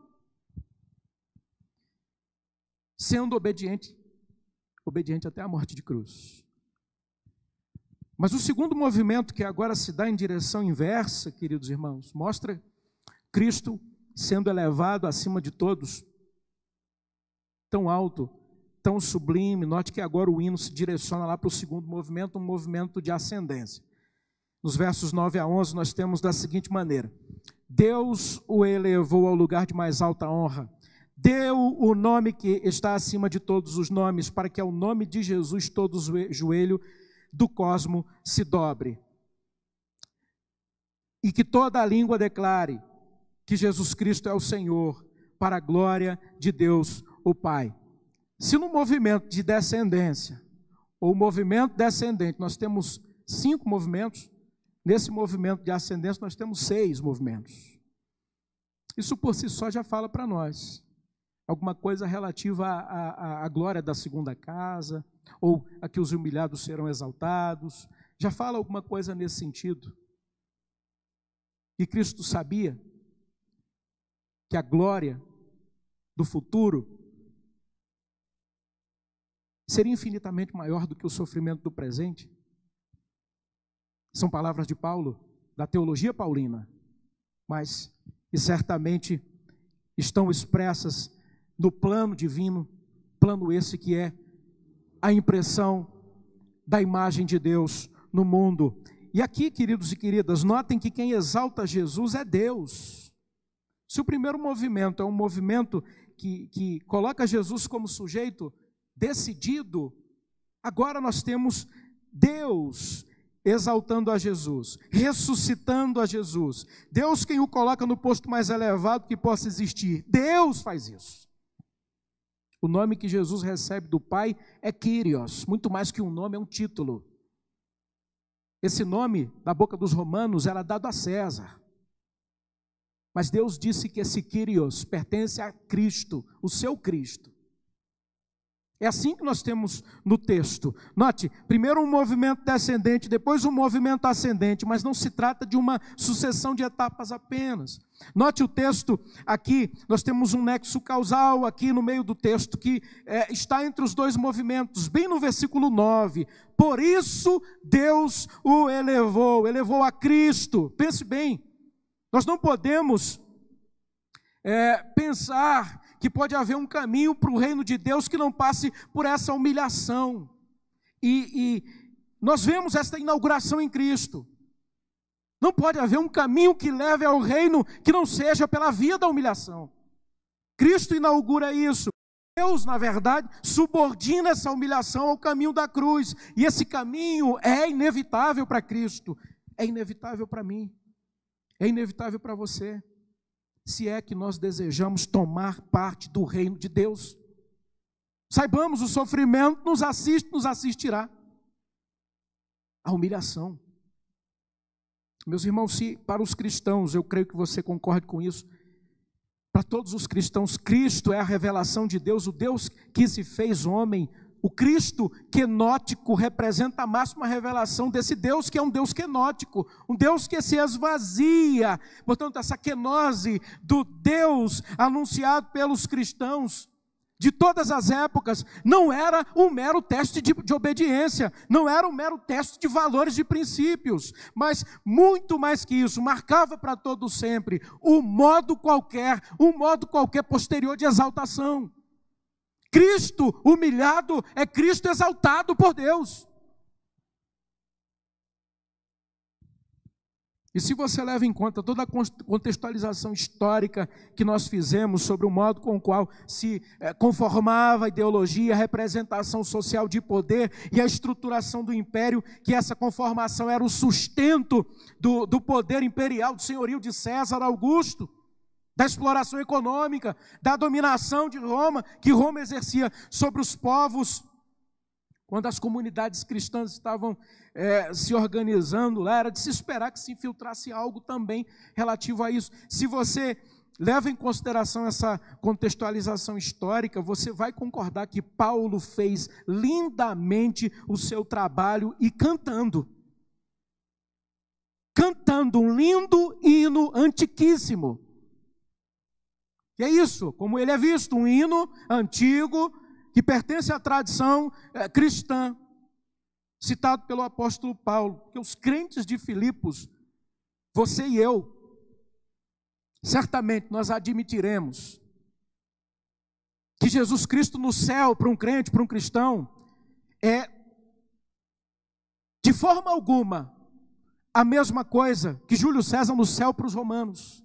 sendo obediente, obediente até a morte de cruz. Mas o segundo movimento, que agora se dá em direção inversa, queridos irmãos, mostra Cristo sendo elevado acima de todos, tão alto, tão sublime. Note que agora o hino se direciona lá para o segundo movimento, um movimento de ascendência. Nos versos nove a onze nós temos da seguinte maneira: Deus o elevou ao lugar de mais alta honra, deu o nome que está acima de todos os nomes, para que ao nome de Jesus todo joelho do cosmo se dobre, e que toda a língua declare que Jesus Cristo é o Senhor, para a glória de Deus o Pai. Se no movimento de descendência, ou movimento descendente, nós temos cinco movimentos, nesse movimento de ascendência nós temos seis movimentos. Isso por si só já fala para nós alguma coisa relativa à, à, à glória da segunda casa, ou a que os humilhados serão exaltados, já fala alguma coisa nesse sentido. E Cristo sabia que a glória do futuro seria infinitamente maior do que o sofrimento do presente. São palavras de Paulo, da teologia paulina, mas e certamente estão expressas no plano divino, plano esse que é a impressão da imagem de Deus no mundo. E aqui, queridos e queridas, notem que quem exalta Jesus é Deus. Se o primeiro movimento é um movimento que, que coloca Jesus como sujeito decidido, agora nós temos Deus exaltando a Jesus, ressuscitando a Jesus. Deus quem o coloca no posto mais elevado que possa existir. Deus faz isso. O nome que Jesus recebe do Pai é Kyrios, muito mais que um nome, é um título. Esse nome, da boca dos romanos, era dado a César. Mas Deus disse que esse Kyrios pertence a Cristo, o seu Cristo. É assim que nós temos no texto. Note, primeiro um movimento descendente, depois um movimento ascendente, mas não se trata de uma sucessão de etapas apenas. Note o texto aqui, nós temos um nexo causal aqui no meio do texto, que é, está entre os dois movimentos, bem no versículo nove. Por isso Deus o elevou, elevou a Cristo. Pense bem, nós não podemos é, pensar que pode haver um caminho para o reino de Deus que não passe por essa humilhação. E, e nós vemos esta inauguração em Cristo. Não pode haver um caminho que leve ao reino que não seja pela via da humilhação. Cristo inaugura isso. Deus, na verdade, subordina essa humilhação ao caminho da cruz. E esse caminho é inevitável para Cristo. É inevitável para mim. É inevitável para você. Se é que nós desejamos tomar parte do reino de Deus. Saibamos, o sofrimento nos assiste, nos assistirá. A humilhação. Meus irmãos, se para os cristãos, eu creio que você concorde com isso, para todos os cristãos, Cristo é a revelação de Deus, o Deus que se fez homem. O Cristo quenótico representa a máxima revelação desse Deus que é um Deus quenótico, um Deus que se esvazia. Portanto, essa quenose do Deus anunciado pelos cristãos de todas as épocas não era um mero teste de, de obediência, não era um mero teste de valores, de princípios, mas muito mais que isso, marcava para todo sempre um modo qualquer, um modo qualquer posterior de exaltação. Cristo humilhado é Cristo exaltado por Deus. E se você leva em conta toda a contextualização histórica que nós fizemos sobre o modo com o qual se conformava a ideologia, a representação social de poder e a estruturação do império, que essa conformação era o sustento do, do poder imperial, do senhorio de César Augusto, da exploração econômica, da dominação de Roma, que Roma exercia sobre os povos. Quando as comunidades cristãs estavam é, se organizando lá, era de se esperar que se infiltrasse algo também relativo a isso. Se você leva em consideração essa contextualização histórica, você vai concordar que Paulo fez lindamente o seu trabalho e cantando. Cantando um lindo hino antiquíssimo. E é isso, como ele é visto, um hino antigo, que pertence à tradição é, cristã, citado pelo apóstolo Paulo, que os crentes de Filipos, você e eu, certamente nós admitiremos, que Jesus Cristo no céu, para um crente, para um cristão, é, de forma alguma, a mesma coisa que Júlio César no céu para os romanos.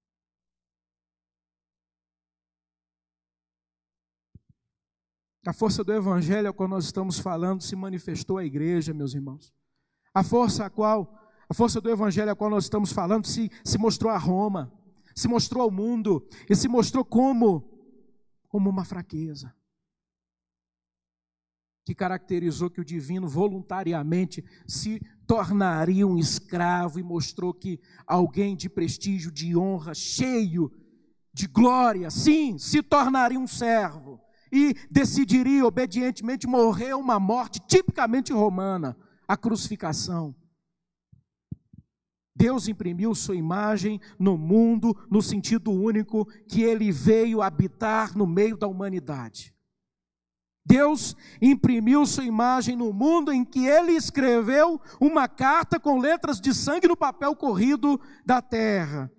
A força do Evangelho, a qual nós estamos falando, se manifestou à igreja, meus irmãos. A força a qual, a força do Evangelho, a qual nós estamos falando, se, se mostrou a Roma, se mostrou ao mundo, e se mostrou como, como uma fraqueza, que caracterizou que o divino voluntariamente se tornaria um escravo, e mostrou que alguém de prestígio, de honra, cheio de glória, sim, se tornaria um servo, e decidiria obedientemente morrer uma morte tipicamente romana, a crucificação. Deus imprimiu sua imagem no mundo, no sentido único que ele veio habitar no meio da humanidade. Deus imprimiu sua imagem no mundo em que ele escreveu uma carta com letras de sangue no papel corrido da terra.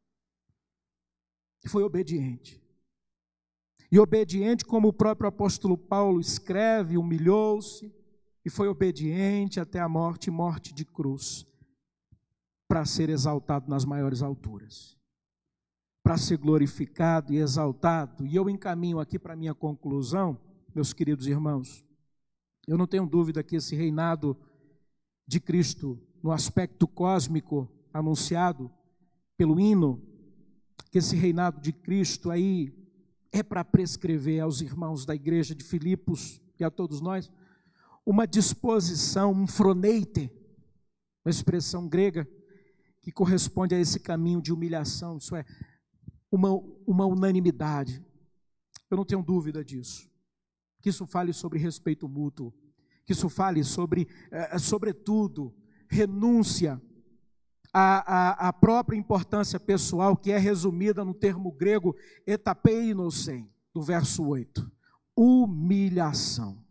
E foi obediente. E obediente, como o próprio apóstolo Paulo escreve, humilhou-se e foi obediente até a morte, morte de cruz, para ser exaltado nas maiores alturas, para ser glorificado e exaltado. E eu encaminho aqui para a minha conclusão, meus queridos irmãos. Eu não tenho dúvida que esse reinado de Cristo no aspecto cósmico anunciado pelo hino, que esse reinado de Cristo aí é para prescrever aos irmãos da igreja de Filipos e a todos nós uma disposição, um froneite, uma expressão grega que corresponde a esse caminho de humilhação, isso é, uma, uma unanimidade. Eu não tenho dúvida disso, que isso fale sobre respeito mútuo, que isso fale sobre, é, sobretudo, renúncia à, à, à própria importância pessoal, que é resumida no termo grego etapeinosem, do verso oito, humilhação.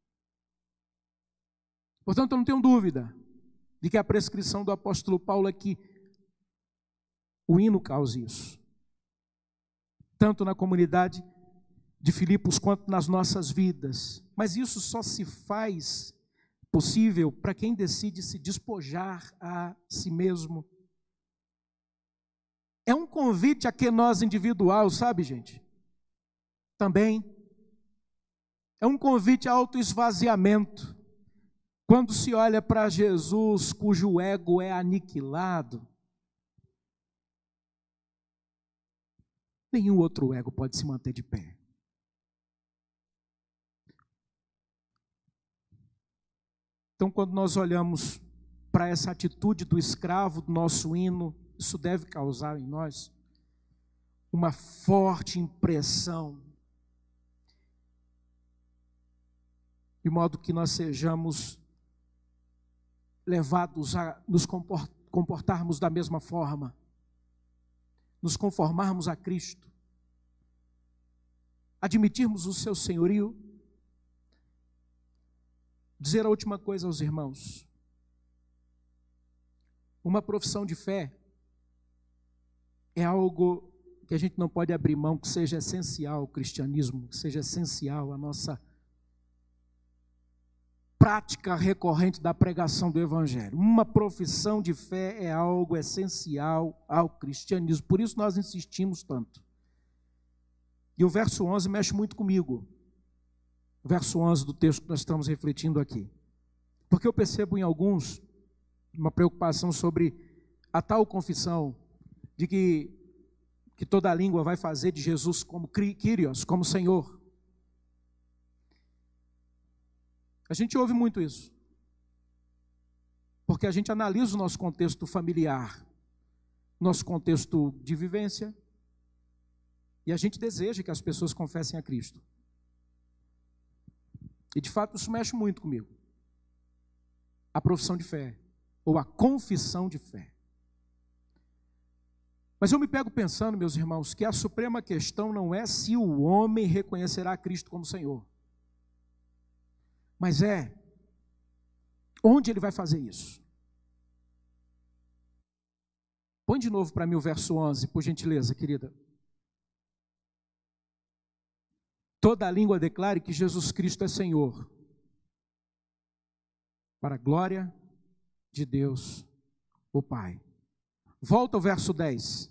Portanto, eu não tenho dúvida de que a prescrição do apóstolo Paulo é que o hino causa isso, tanto na comunidade de Filipos quanto nas nossas vidas, mas isso só se faz possível para quem decide se despojar a si mesmo. É um convite a que nós individual, sabe, gente? Também é um convite a autoesvaziamento. Quando se olha para Jesus, cujo ego é aniquilado, nenhum outro ego pode se manter de pé. Então, quando nós olhamos para essa atitude do escravo do nosso hino, isso deve causar em nós uma forte impressão, de modo que nós sejamos levados a nos comportarmos da mesma forma, nos conformarmos a Cristo, admitirmos o seu senhorio. Dizer a última coisa aos irmãos: uma profissão de fé é algo que a gente não pode abrir mão, que seja essencial ao cristianismo, que seja essencial à nossa prática recorrente da pregação do Evangelho. Uma profissão de fé é algo essencial ao cristianismo, por isso nós insistimos tanto. E o verso onze mexe muito comigo, o verso onze do texto que nós estamos refletindo aqui, porque eu percebo em alguns uma preocupação sobre a tal confissão de que, que toda língua vai fazer de Jesus como Kyrios, como Senhor. A gente ouve muito isso, porque a gente analisa o nosso contexto familiar, nosso contexto de vivência, e a gente deseja que as pessoas confessem a Cristo. E de fato isso mexe muito comigo. A profissão de fé, ou a confissão de fé. Mas eu me pego pensando, meus irmãos, que a suprema questão não é se o homem reconhecerá Cristo como Senhor, mas é onde ele vai fazer isso. Põe de novo para mim o verso onze, por gentileza, querida. Toda a língua declare que Jesus Cristo é Senhor, para a glória de Deus, o Pai. Volta ao verso dez.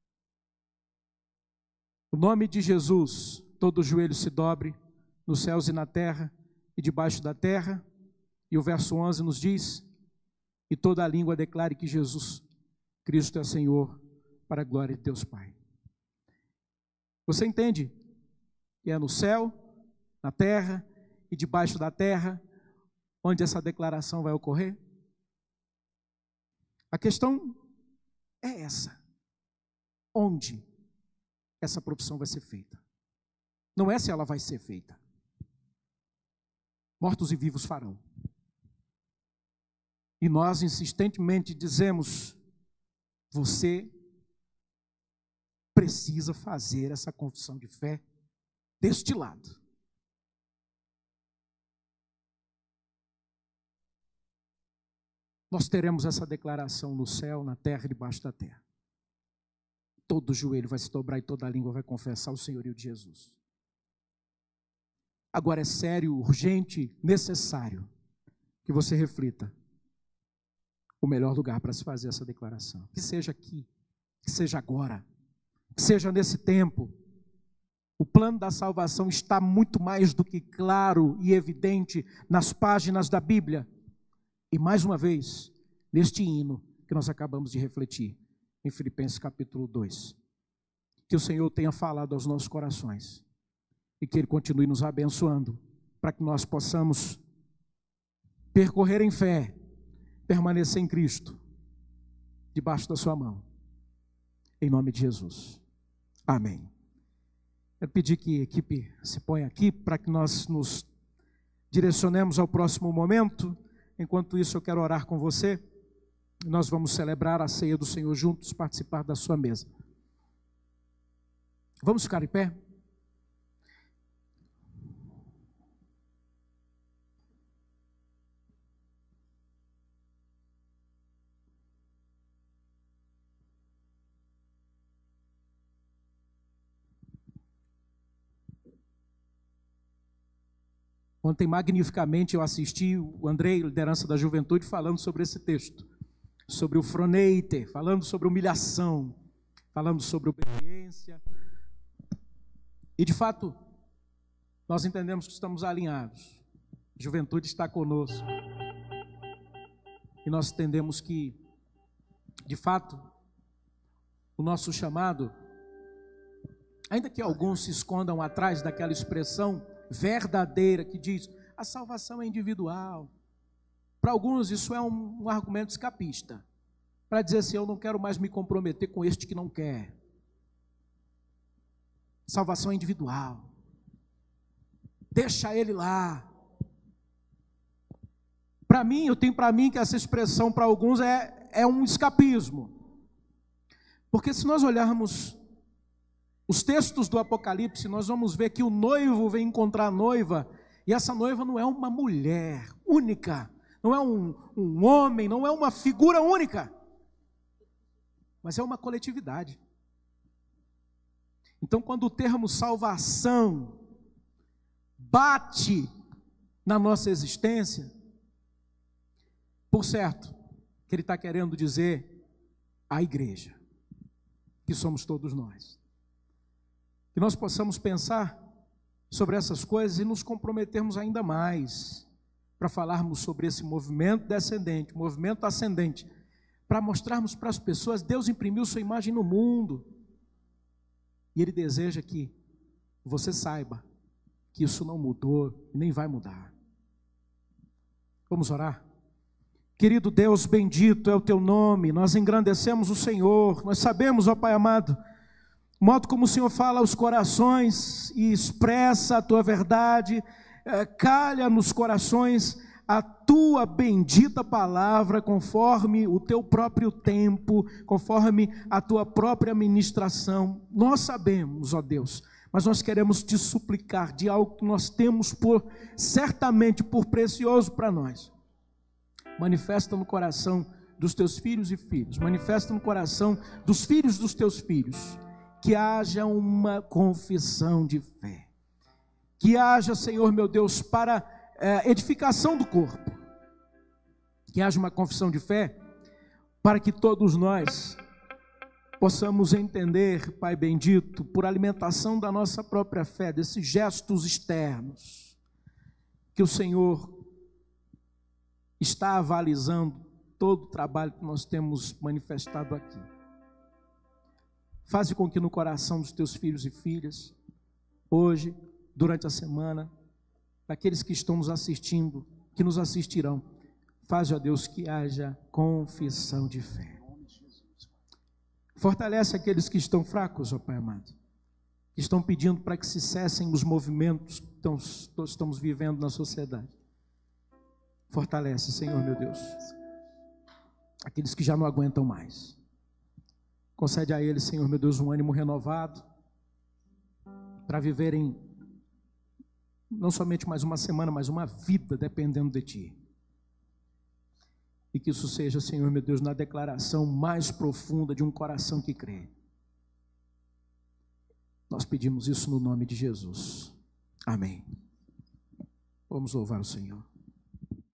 O nome de Jesus, todo joelho se dobre, nos céus e na terra, e debaixo da terra. E o verso onze nos diz: e toda a língua declare que Jesus Cristo é Senhor, para a glória de Deus Pai. Você entende que é no céu, na terra e debaixo da terra onde essa declaração vai ocorrer? A questão é essa: onde essa profissão vai ser feita? Não é se ela vai ser feita. Mortos e vivos farão. E nós insistentemente dizemos: você precisa fazer essa confissão de fé deste lado. Nós teremos essa declaração no céu, na terra e debaixo da terra. Todo joelho vai se dobrar e toda a língua vai confessar o senhorio de Jesus. Agora é sério, urgente, necessário que você reflita o melhor lugar para se fazer essa declaração. Que seja aqui, que seja agora, que seja nesse tempo. O plano da salvação está muito mais do que claro e evidente nas páginas da Bíblia. E mais uma vez, neste hino que nós acabamos de refletir, em Filipenses capítulo dois, que o Senhor tenha falado aos nossos corações e que Ele continue nos abençoando, para que nós possamos percorrer em fé, permanecer em Cristo, debaixo da sua mão, em nome de Jesus, amém. Quero pedir que a equipe se ponha aqui, para que nós nos direcionemos ao próximo momento. Enquanto isso, eu quero orar com você, nós vamos celebrar a ceia do Senhor juntos, participar da sua mesa. Vamos ficar em pé? Ontem, magnificamente, eu assisti o Andrei, liderança da juventude, falando sobre esse texto, sobre o froneite, falando sobre humilhação, falando sobre obediência. E, de fato, nós entendemos que estamos alinhados. A juventude está conosco. E nós entendemos que, de fato, o nosso chamado, ainda que alguns se escondam atrás daquela expressão verdadeira que diz, a salvação é individual. Para alguns isso é um, um argumento escapista, para dizer assim, eu não quero mais me comprometer com este que não quer. Salvação é individual. Deixa ele lá. Para mim, eu tenho para mim que essa expressão para alguns é, é um escapismo. Porque se nós olharmos os textos do Apocalipse, nós vamos ver que o noivo vem encontrar a noiva, e essa noiva não é uma mulher única, não é um, um homem, não é uma figura única, mas é uma coletividade. Então, quando o termo salvação bate na nossa existência, por certo, que ele está querendo dizer a igreja, que somos todos nós. Que nós possamos pensar sobre essas coisas e nos comprometermos ainda mais para falarmos sobre esse movimento descendente, movimento ascendente, para mostrarmos para as pessoas, Deus imprimiu sua imagem no mundo, e Ele deseja que você saiba que isso não mudou e nem vai mudar. Vamos orar? Querido Deus, bendito é o Teu nome, nós engrandecemos o Senhor, nós sabemos, ó Pai amado, o modo como o Senhor fala aos corações e expressa a Tua verdade, é, calha nos corações a Tua bendita palavra, conforme o Teu próprio tempo, conforme a Tua própria ministração. Nós sabemos, ó Deus, mas nós queremos Te suplicar de algo que nós temos por, certamente por precioso para nós. Manifesta no coração dos Teus filhos e filhas, manifesta no coração dos filhos dos Teus filhos, que haja uma confissão de fé, que haja, Senhor meu Deus, para é, edificação do corpo, que haja uma confissão de fé, para que todos nós possamos entender, Pai bendito, por alimentação da nossa própria fé, desses gestos externos, que o Senhor está avalizando todo o trabalho que nós temos manifestado aqui. Faze com que no coração dos teus filhos e filhas, hoje, durante a semana, daqueles que estão nos assistindo, que nos assistirão, faze, ó Deus, que haja confissão de fé. Fortalece aqueles que estão fracos, ó Pai amado, que estão pedindo para que se cessem os movimentos que estamos, estamos vivendo na sociedade. Fortalece, Senhor meu Deus, aqueles que já não aguentam mais. Concede a eles, Senhor meu Deus, um ânimo renovado, para viverem não somente mais uma semana, mas uma vida dependendo de Ti. E que isso seja, Senhor meu Deus, na declaração mais profunda de um coração que crê. Nós pedimos isso no nome de Jesus. Amém. Vamos louvar o Senhor.